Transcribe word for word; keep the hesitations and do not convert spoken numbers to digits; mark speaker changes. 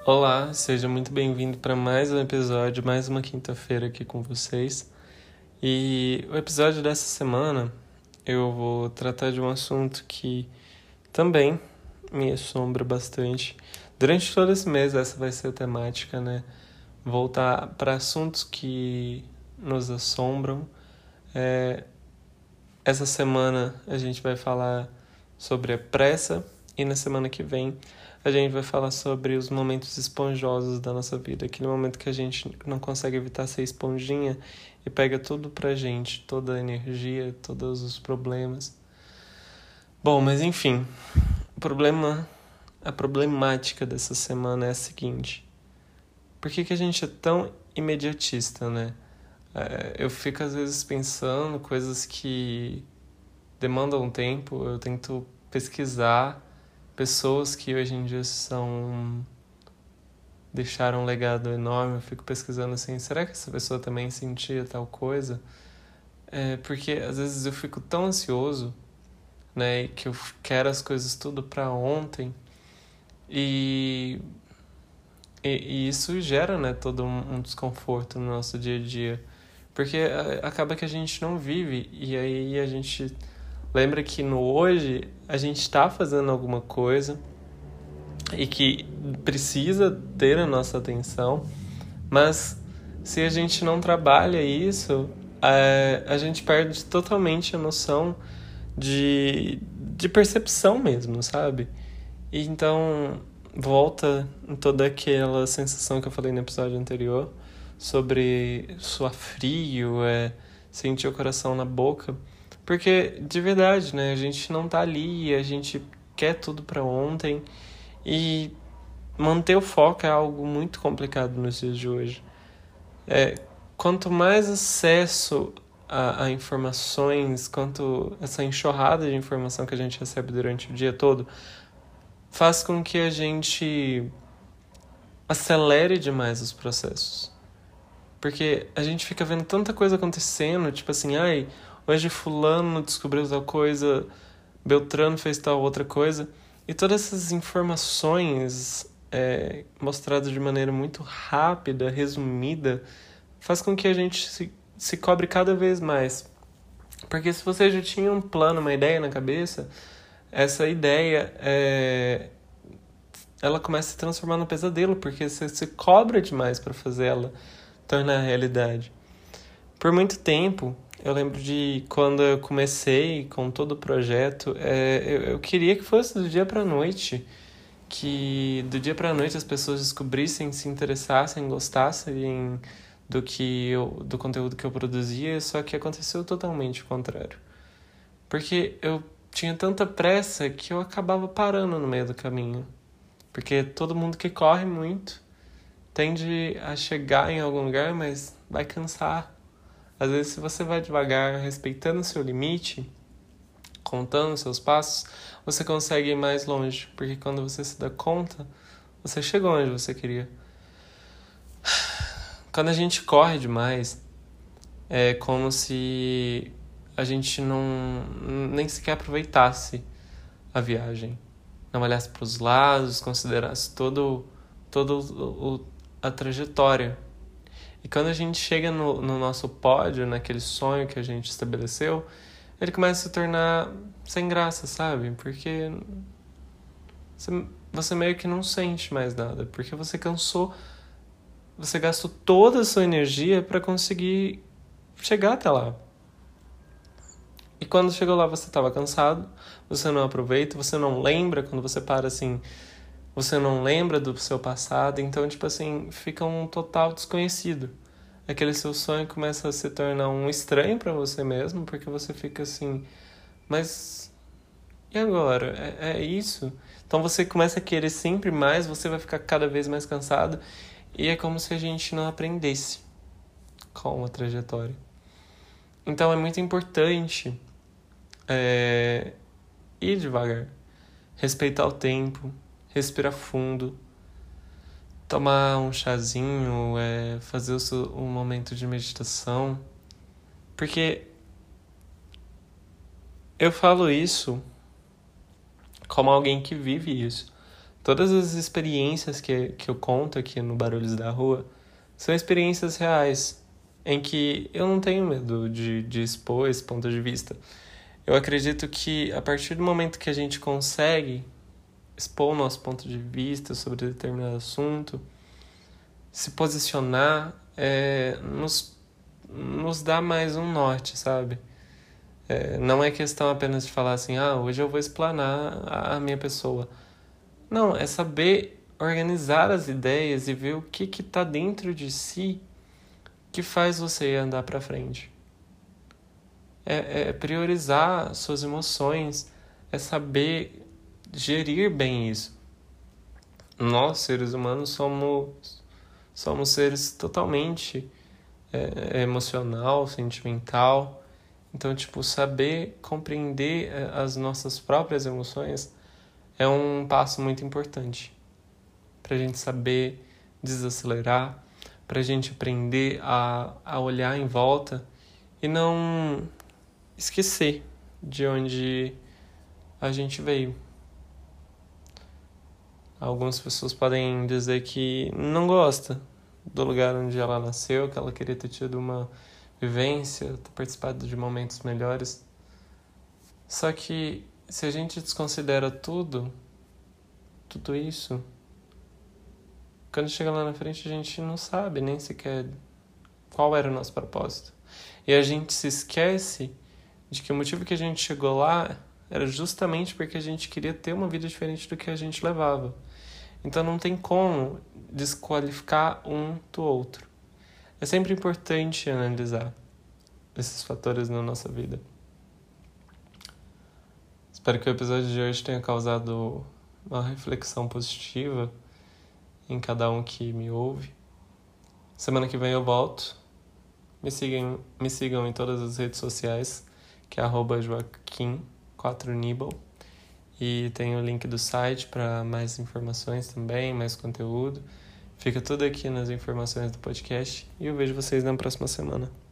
Speaker 1: Olá, seja muito bem-vindo para mais um episódio, mais uma quinta-feira aqui com vocês. E o episódio dessa semana eu vou tratar de um assunto que também me assombra bastante. Durante todo esse mês essa vai ser a temática, né? Voltar para assuntos que nos assombram. É, essa semana a gente vai falar sobre a pressa e na semana que vem a gente vai falar sobre os momentos esponjosos da nossa vida, aquele momento que a gente não consegue evitar ser esponjinha e pega tudo pra gente, toda a energia, todos os problemas. Bom, mas enfim, o problema, a problemática dessa semana é a seguinte: por que que a gente é tão imediatista, né? É, eu fico às vezes pensando coisas que demandam tempo, eu tento pesquisar pessoas que hoje em dia são deixaram um legado enorme. Eu fico pesquisando assim, será que essa pessoa também sentia tal coisa? É, porque às vezes eu fico tão ansioso, né, que eu quero as coisas tudo para ontem e, e, e isso gera, né, todo um, um desconforto no nosso dia a dia, porque acaba que a gente não vive e aí a gente lembra que no hoje a gente está fazendo alguma coisa e que precisa ter a nossa atenção, mas se a gente não trabalha isso, é, a gente perde totalmente a noção de, de percepção mesmo, sabe? E então volta em toda aquela sensação que eu falei no episódio anterior sobre suar frio, é, sentir o coração na boca. Porque, de verdade, né? A gente não tá ali, a gente quer tudo pra ontem. E manter o foco é algo muito complicado nos dias de hoje. É, quanto mais acesso a, a informações, quanto essa enxurrada de informação que a gente recebe durante o dia todo, faz com que a gente acelere demais os processos. Porque a gente fica vendo tanta coisa acontecendo, tipo assim, ai, hoje fulano descobriu tal coisa, Beltrano fez tal outra coisa, e todas essas informações é, mostradas de maneira muito rápida, resumida, faz com que a gente se, se cobre cada vez mais. Porque se você já tinha um plano, uma ideia na cabeça, essa ideia é, ela começa a se transformar num pesadelo, porque você se cobra demais para fazer ela tornar realidade. Por muito tempo, eu lembro de quando eu comecei com todo o projeto, é, eu, eu queria que fosse do dia para a noite, que do dia para a noite as pessoas descobrissem, se interessassem, gostassem do, que eu, do conteúdo que eu produzia, só que aconteceu totalmente o contrário. Porque eu tinha tanta pressa que eu acabava parando no meio do caminho. Porque todo mundo que corre muito tende a chegar em algum lugar, mas vai cansar. Às vezes, se você vai devagar, respeitando o seu limite, contando os seus passos, você consegue ir mais longe. Porque quando você se dá conta, você chegou onde você queria. Quando a gente corre demais, é como se a gente não nem sequer aproveitasse a viagem. Não olhasse para os lados, considerasse todo, todo o, a trajetória. E quando a gente chega no, no nosso pódio, naquele sonho que a gente estabeleceu, ele começa a se tornar sem graça, sabe? Porque você, você meio que não sente mais nada, porque você cansou, você gastou toda a sua energia para conseguir chegar até lá. E quando chegou lá você estava cansado, você não aproveita, você não lembra, quando você para assim, você não lembra do seu passado, então, tipo assim, fica um total desconhecido. Aquele seu sonho começa a se tornar um estranho pra você mesmo, porque você fica assim, mas e agora? É, é isso? Então você começa a querer sempre mais, você vai ficar cada vez mais cansado, e é como se a gente não aprendesse com a trajetória. Então é muito importante é, ir devagar, respeitar o tempo, respirar fundo, tomar um chazinho, é, fazer o seu, um momento de meditação. Porque eu falo isso como alguém que vive isso. Todas as experiências que, que eu conto aqui no Barulhos da Rua são experiências reais, em que eu não tenho medo de, de expor esse ponto de vista. Eu acredito que a partir do momento que a gente consegue expor o nosso ponto de vista sobre determinado assunto, se posicionar, é, nos, nos dá mais um norte, sabe? É, não é questão apenas de falar assim, ah, hoje eu vou explanar a minha pessoa. Não, é saber organizar as ideias e ver o que que tá dentro de si que faz você andar para frente. É, é priorizar suas emoções, é saber gerir bem isso. Nós, seres humanos, somos, somos seres totalmente é, emocional, sentimental. Então, tipo, saber compreender as nossas próprias emoções é um passo muito importante para a gente saber desacelerar, para a gente aprender a, a olhar em volta e não esquecer de onde a gente veio. Algumas pessoas podem dizer que não gosta do lugar onde ela nasceu, que ela queria ter tido uma vivência, ter participado de momentos melhores. Só que se a gente desconsidera tudo, tudo isso, quando chega lá na frente a gente não sabe nem sequer qual era o nosso propósito. E a gente se esquece de que o motivo que a gente chegou lá era justamente porque a gente queria ter uma vida diferente do que a gente levava. Então não tem como desqualificar um do outro. É sempre importante analisar esses fatores na nossa vida. Espero que o episódio de hoje tenha causado uma reflexão positiva em cada um que me ouve. Semana que vem eu volto. Me sigam, me sigam em todas as redes sociais, que é arroba joaquim quatro nibble. E tem o link do site para mais informações também, mais conteúdo. Fica tudo aqui nas informações do podcast e eu vejo vocês na próxima semana.